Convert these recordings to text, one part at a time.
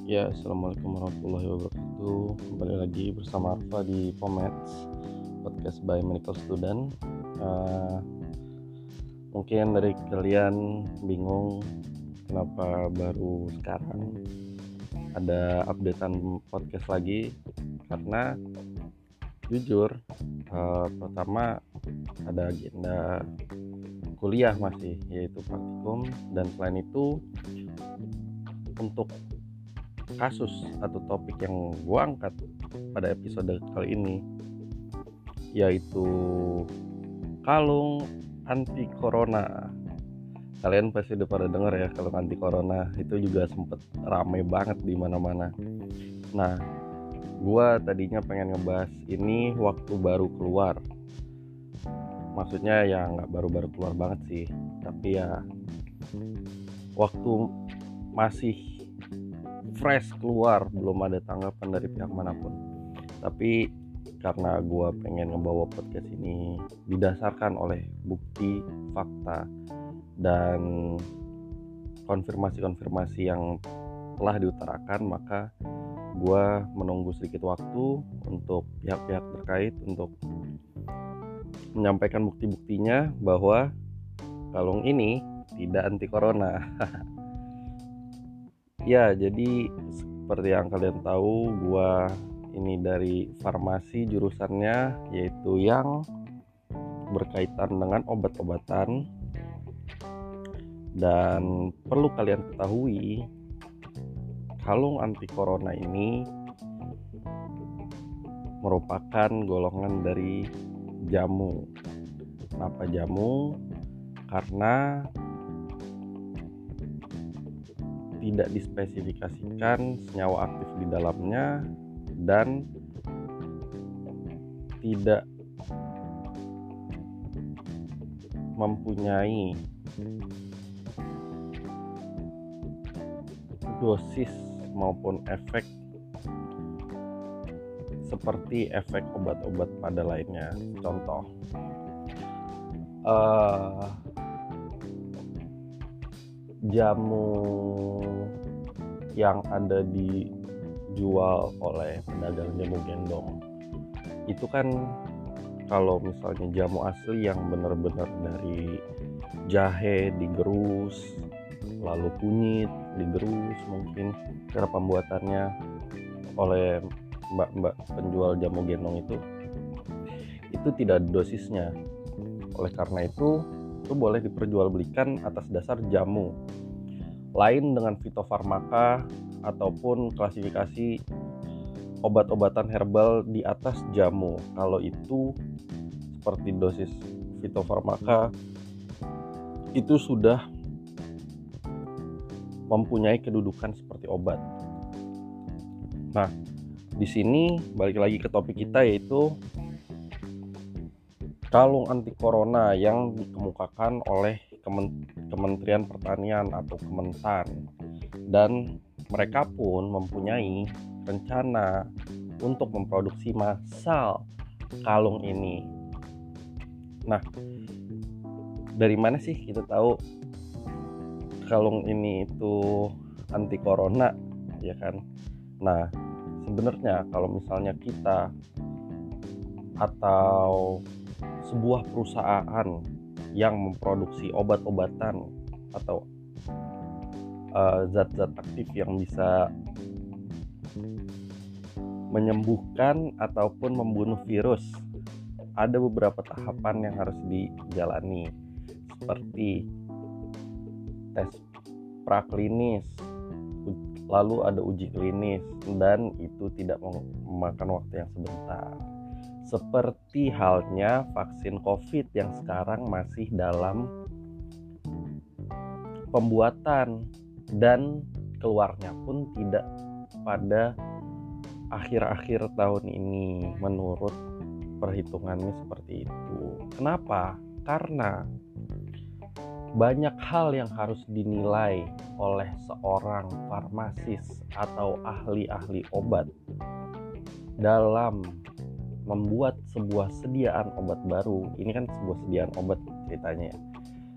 Ya, assalamualaikum warahmatullahi wabarakatuh. Kembali lagi bersama Arfa di Pomets Podcast by Medical Student. Mungkin dari kalian bingung kenapa baru sekarang ada updatean podcast lagi, karena jujur pertama ada agenda kuliah masih, yaitu praktikum, dan selain itu untuk kasus atau topik yang gue angkat pada episode kali ini, yaitu kalung anti corona. Kalian pasti udah pada denger ya, kalung anti corona itu juga sempet rame banget di mana-mana. Nah, gue tadinya pengen ngebahas ini waktu baru keluar. Maksudnya ya nggak baru-baru keluar banget sih, tapi ya waktu masih fresh keluar, belum ada tanggapan dari pihak manapun. Tapi karena gue pengen ngebawa podcast ini didasarkan oleh bukti, fakta, dan konfirmasi-konfirmasi yang telah diutarakan, maka gue menunggu sedikit waktu untuk pihak-pihak terkait untuk menyampaikan bukti-buktinya bahwa kalung ini tidak anti corona. Ya, jadi seperti yang kalian tahu, gua ini dari farmasi jurusannya, yaitu yang berkaitan dengan obat-obatan. Dan perlu kalian ketahui, kalung anti corona ini merupakan golongan dari jamu. Kenapa jamu? Karena tidak dispesifikasikan senyawa aktif di dalamnya dan tidak mempunyai dosis maupun efek seperti efek obat-obat pada lainnya. Contoh, jamu yang ada dijual oleh pedagang jamu gendong itu kan, kalau misalnya jamu asli yang benar-benar dari jahe digerus, lalu kunyit digerus, mungkin cara pembuatannya oleh mbak-mbak penjual jamu gendong itu tidak ada dosisnya. Oleh karena itu boleh diperjualbelikan atas dasar jamu, lain dengan fitofarmaka ataupun klasifikasi obat-obatan herbal di atas jamu. Kalau itu seperti dosis fitofarmaka, itu sudah mempunyai kedudukan seperti obat. Nah, di sini balik lagi ke topik kita, yaitu kalung anti corona yang dikemukakan oleh Kementerian Pertanian atau Kementan, dan mereka pun mempunyai rencana untuk memproduksi massal kalung ini. Nah, dari mana sih kita tahu kalung ini itu anti corona, ya kan? Nah, sebenarnya kalau misalnya kita atau sebuah perusahaan yang memproduksi obat-obatan atau zat-zat aktif yang bisa menyembuhkan ataupun membunuh virus, ada beberapa tahapan yang harus dijalani, seperti tes praklinis, lalu ada uji klinis, dan itu tidak memakan waktu yang sebentar. Seperti halnya vaksin COVID yang sekarang masih dalam pembuatan dan keluarnya pun tidak pada akhir-akhir tahun ini menurut perhitungannya seperti itu. Kenapa? Karena banyak hal yang harus dinilai oleh seorang farmasis atau ahli-ahli obat dalam membuat sebuah sediaan obat baru. Ini kan sebuah sediaan obat ceritanya.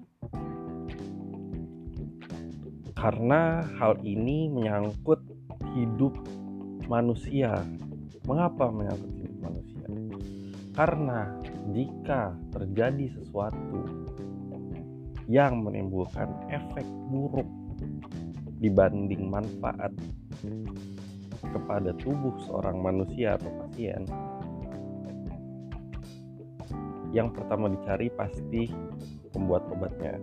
Karena hal ini menyangkut hidup manusia. Mengapa menyangkut hidup manusia? Karena jika terjadi sesuatu yang menimbulkan efek buruk dibanding manfaat kepada tubuh seorang manusia atau pasien, yang pertama dicari pasti pembuat obatnya.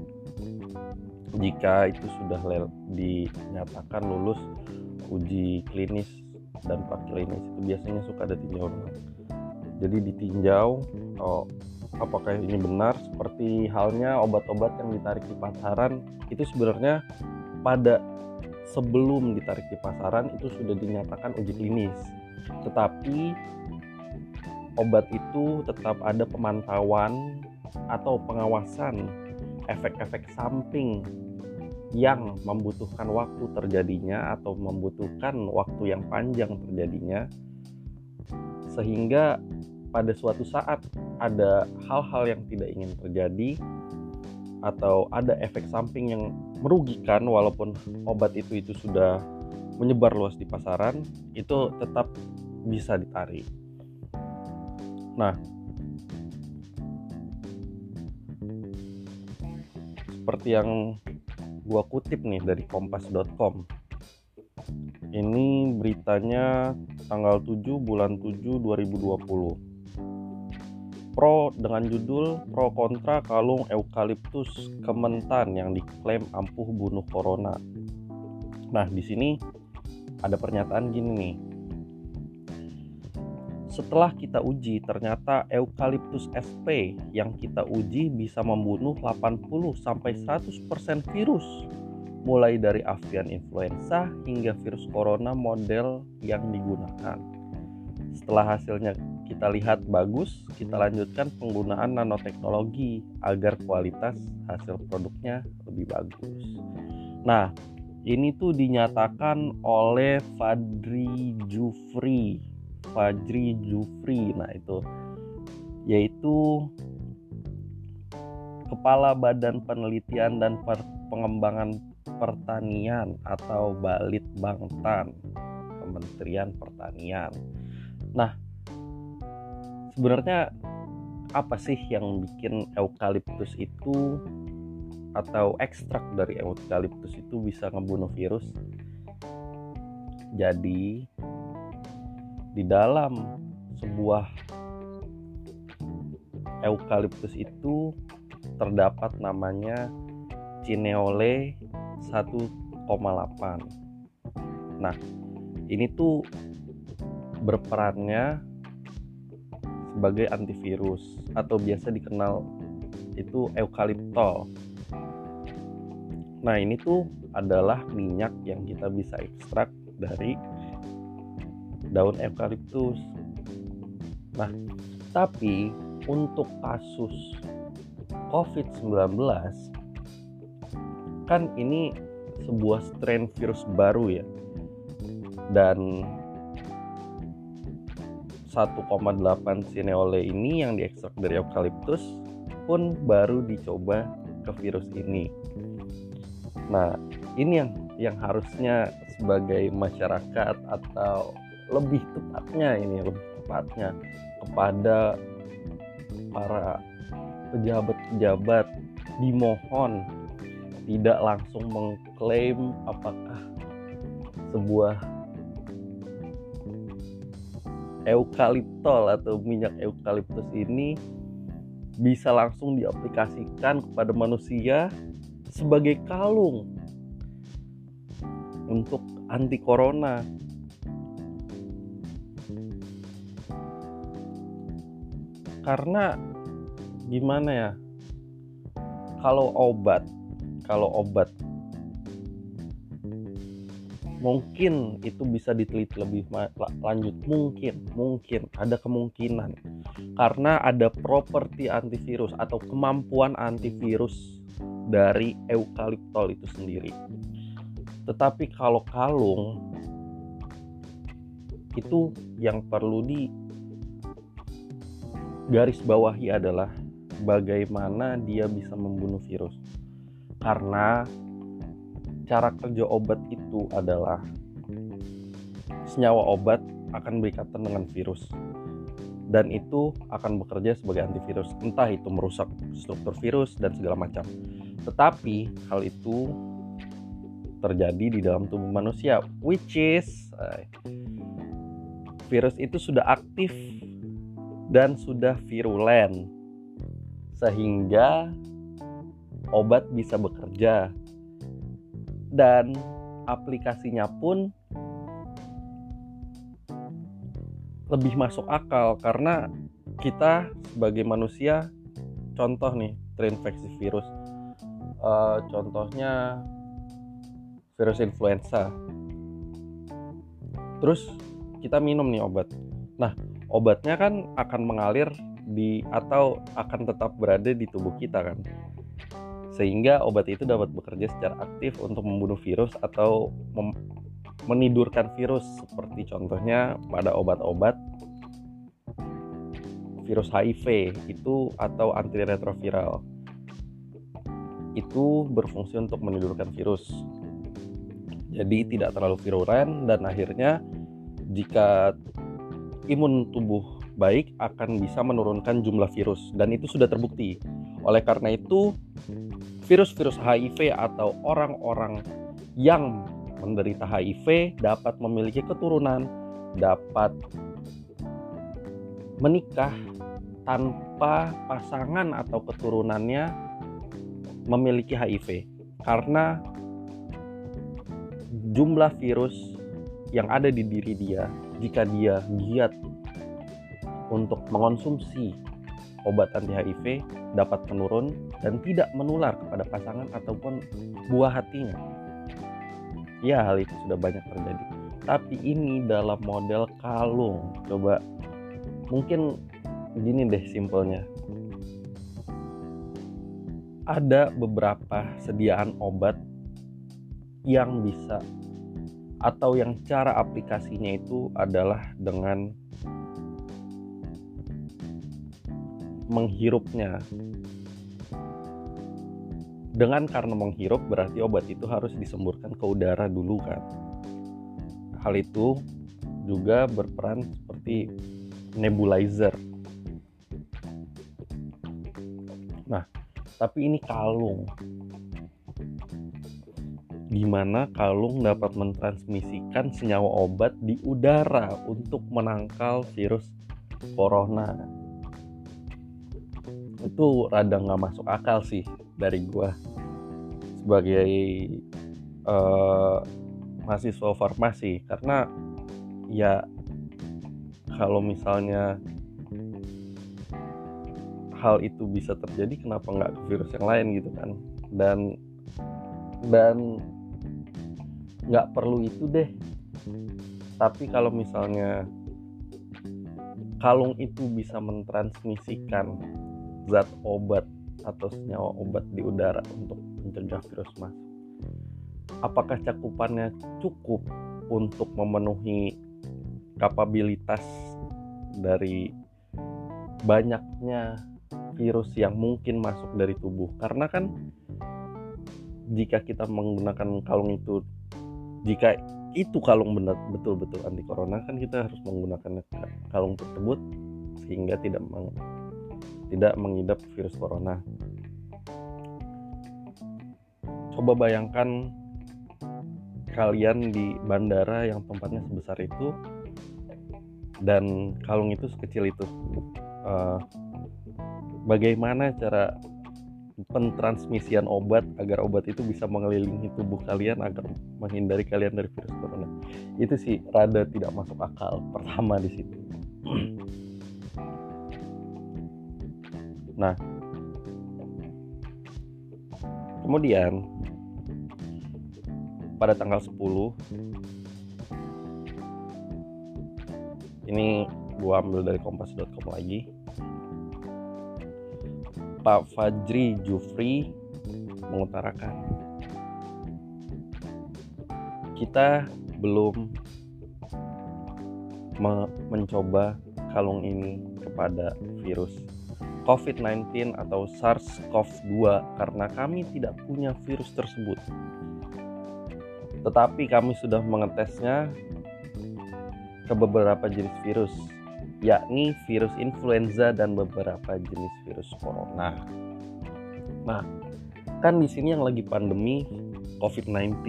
Jika itu sudah dinyatakan lulus uji klinis dan praklinis, itu biasanya suka ada tinjauan. Jadi ditinjau apakah ini benar, seperti halnya obat-obat yang ditarik di pasaran itu sebenarnya pada sebelum ditarik di pasaran itu sudah dinyatakan uji klinis. Tetapi obat itu tetap ada pemantauan atau pengawasan efek-efek samping yang membutuhkan waktu terjadinya atau membutuhkan waktu yang panjang terjadinya, sehingga pada suatu saat ada hal-hal yang tidak ingin terjadi atau ada efek samping yang merugikan walaupun obat itu sudah menyebar luas di pasaran, itu tetap bisa ditarik. Nah, seperti yang gua kutip nih dari kompas.com. Ini beritanya tanggal 7 bulan 7 2020. Dengan judul Pro Kontra Kalung Eukaliptus Kementan yang diklaim ampuh bunuh corona. Nah, di sini ada pernyataan gini nih. Setelah kita uji, ternyata Eukaliptus sp yang kita uji bisa membunuh 80-100% virus, mulai dari avian influenza hingga virus corona model yang digunakan. Setelah hasilnya kita lihat bagus, kita lanjutkan penggunaan nanoteknologi agar kualitas hasil produknya lebih bagus. Nah, ini tuh dinyatakan oleh Fajri Jufri. Nah, itu yaitu Kepala Badan Penelitian dan Pengembangan Pertanian atau Balitbangtan, Kementerian Pertanian. Nah, sebenarnya apa sih yang bikin eukaliptus itu atau ekstrak dari eukaliptus itu bisa ngebunuh virus? Jadi di dalam sebuah eukaliptus itu terdapat namanya Cineole 1,8. Nah, ini tuh berperannya sebagai antivirus atau biasa dikenal itu eukaliptol. Nah, ini tuh adalah minyak yang kita bisa ekstrak dari daun eukaliptus. Nah, tapi untuk kasus COVID-19 kan ini sebuah strain virus baru ya, dan 1,8 Cineole ini yang diekstrak dari eukaliptus pun baru dicoba ke virus ini. Nah, ini yang harusnya sebagai masyarakat atau lebih tepatnya kepada para pejabat-pejabat dimohon tidak langsung mengklaim apakah sebuah eukaliptol atau minyak eukaliptus ini bisa langsung diaplikasikan kepada manusia sebagai kalung untuk anti corona. Karena gimana ya, kalau obat mungkin itu bisa diteliti lebih lanjut, mungkin ada kemungkinan karena ada properti antivirus atau kemampuan antivirus dari eukaliptol itu sendiri. Tetapi kalau kalung itu yang perlu di garis bawahi adalah bagaimana dia bisa membunuh virus. Karena cara kerja obat itu adalah senyawa obat akan berikatan dengan virus, dan itu akan bekerja sebagai antivirus, entah itu merusak struktur virus dan segala macam. Tetapi hal itu terjadi di dalam tubuh manusia, which is virus itu sudah aktif dan sudah virulen, sehingga obat bisa bekerja dan aplikasinya pun lebih masuk akal, karena kita sebagai manusia, contoh nih, terinfeksi virus, contohnya virus influenza, terus kita minum nih obat. Nah, obatnya kan akan mengalir atau akan tetap berada di tubuh kita kan, sehingga obat itu dapat bekerja secara aktif untuk membunuh virus atau menidurkan virus, seperti contohnya pada obat-obat virus HIV itu atau antiretroviral, itu berfungsi untuk menidurkan virus, jadi tidak terlalu virulen, dan akhirnya jika imun tubuh baik akan bisa menurunkan jumlah virus, dan itu sudah terbukti. Oleh karena itu, virus-virus HIV atau orang-orang yang menderita HIV dapat memiliki keturunan, dapat menikah tanpa pasangan atau keturunannya memiliki HIV, karena jumlah virus yang ada di diri dia, jika dia giat untuk mengonsumsi obat anti HIV, dapat menurun dan tidak menular kepada pasangan ataupun buah hatinya. Ya, hal itu sudah banyak terjadi. Tapi ini dalam model kalung. Coba, mungkin gini deh simpelnya. Ada beberapa sediaan obat yang bisa, atau yang cara aplikasinya itu adalah dengan menghirupnya. Karena menghirup berarti obat itu harus disemburkan ke udara dulu kan. Hal itu juga berperan seperti nebulizer. Nah, tapi ini kalung. Gimana kalung dapat mentransmisikan senyawa obat di udara untuk menangkal virus corona? Itu rada nggak masuk akal sih dari gua sebagai mahasiswa farmasi, karena ya kalau misalnya hal itu bisa terjadi, kenapa nggak ke virus yang lain gitu kan, dan nggak perlu itu deh. Tapi kalau misalnya kalung itu bisa mentransmisikan zat obat atau senyawa obat di udara untuk mencegah virus masuk, apakah cakupannya cukup untuk memenuhi kapabilitas dari banyaknya virus yang mungkin masuk dari tubuh? Karena kan jika kita menggunakan kalung itu, jika itu kalung betul-betul anti corona, kan kita harus menggunakan kalung tersebut sehingga tidak mengidap virus corona. Coba bayangkan kalian di bandara yang tempatnya sebesar itu dan kalung itu sekecil itu. Bagaimana cara pentransmisian obat agar obat itu bisa mengelilingi tubuh kalian agar menghindari kalian dari virus corona? Itu sih rada tidak masuk akal pertama di situ. Nah, kemudian pada tanggal 10, ini gua ambil dari kompas.com lagi, Pak Fajri Jufri mengutarakan, kita belum mencoba kalung ini kepada virus COVID-19 atau SARS-CoV-2 karena kami tidak punya virus tersebut. Tetapi kami sudah mengetesnya ke beberapa jenis virus, yakni virus influenza dan beberapa jenis virus corona. Nah, kan di sini yang lagi pandemi COVID-19,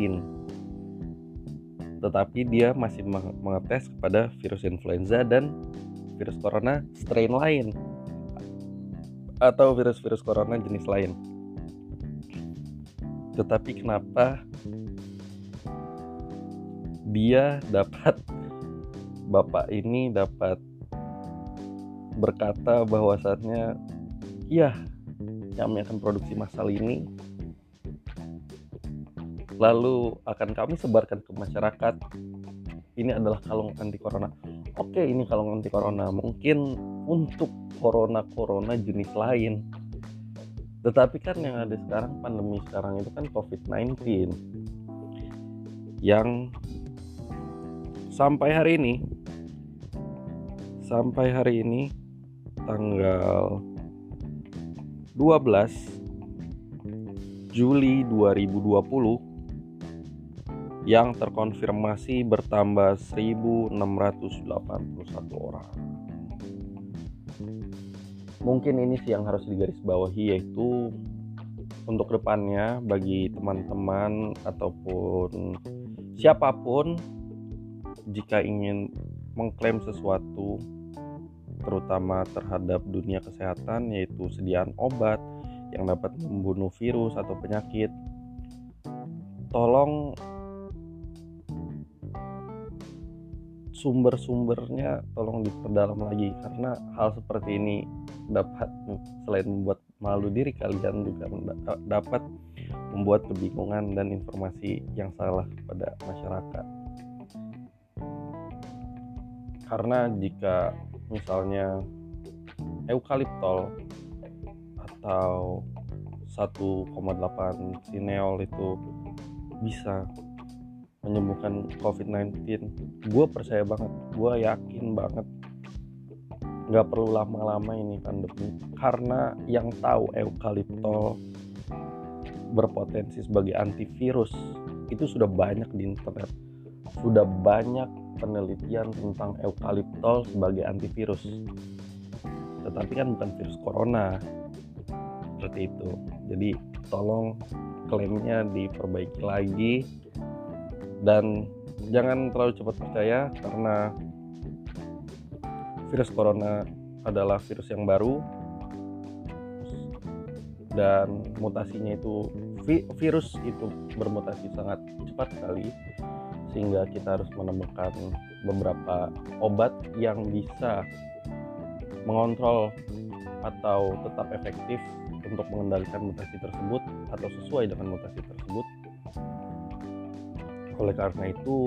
tetapi dia masih mengetes kepada virus influenza dan virus corona strain lain atau virus-virus corona jenis lain. Tetapi kenapa Bapak ini dapat berkata bahwasannya ya, kami akan produksi massal ini lalu akan kami sebarkan ke masyarakat. Ini adalah kalung anti corona. Oke, ini kalung anti corona mungkin untuk corona jenis lain. Tetapi kan yang ada sekarang, pandemi sekarang itu kan COVID-19 yang sampai hari ini tanggal 12 Juli 2020 yang terkonfirmasi bertambah 1.681 orang. Mungkin ini sih yang harus digarisbawahi, yaitu untuk depannya bagi teman-teman ataupun siapapun jika ingin mengklaim sesuatu terutama terhadap dunia kesehatan, yaitu sediaan obat yang dapat membunuh virus atau penyakit, tolong sumber-sumbernya tolong diperdalam lagi, karena hal seperti ini dapat selain membuat malu diri kalian juga dapat membuat kebingungan dan informasi yang salah kepada masyarakat. Karena jika misalnya eukaliptol atau 1,8 sineol itu bisa menyembuhkan COVID-19, gue percaya banget, gue yakin banget gak perlu lama-lama ini pandemi, karena yang tahu eukaliptol berpotensi sebagai antivirus itu sudah banyak di internet, sudah banyak penelitian tentang eukaliptol sebagai antivirus. Tetapi kan bukan virus corona seperti itu. Jadi tolong klaimnya diperbaiki lagi dan jangan terlalu cepat percaya, karena virus corona adalah virus yang baru dan mutasinya itu virus itu bermutasi sangat cepat sekali, sehingga kita harus menemukan beberapa obat yang bisa mengontrol atau tetap efektif untuk mengendalikan mutasi tersebut atau sesuai dengan mutasi tersebut. Oleh karena itu,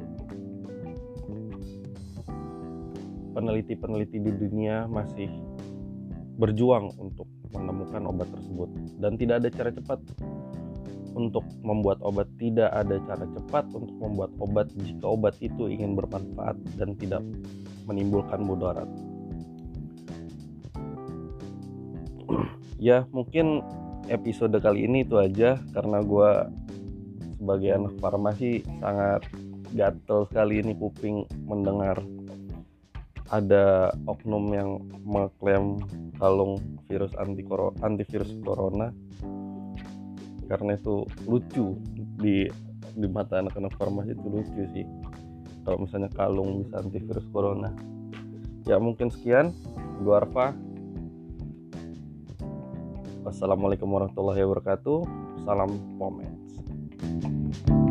peneliti-peneliti di dunia masih berjuang untuk menemukan obat tersebut, dan tidak ada cara cepat untuk membuat obat. Tidak ada cara cepat untuk membuat obat jika obat itu ingin bermanfaat dan tidak menimbulkan mudarat. Ya, mungkin episode kali ini itu aja, karena gue sebagai anak farmasi sangat gatel sekali ini kuping mendengar ada oknum yang mengklaim kalung virus antivirus corona, karena itu lucu di mata anak-anak farmasi. Itu lucu sih kalau misalnya kalung bisa antivirus corona. Ya, mungkin sekian. Gua Arfa. Wassalamualaikum warahmatullahi wabarakatuh. Salam Pomens.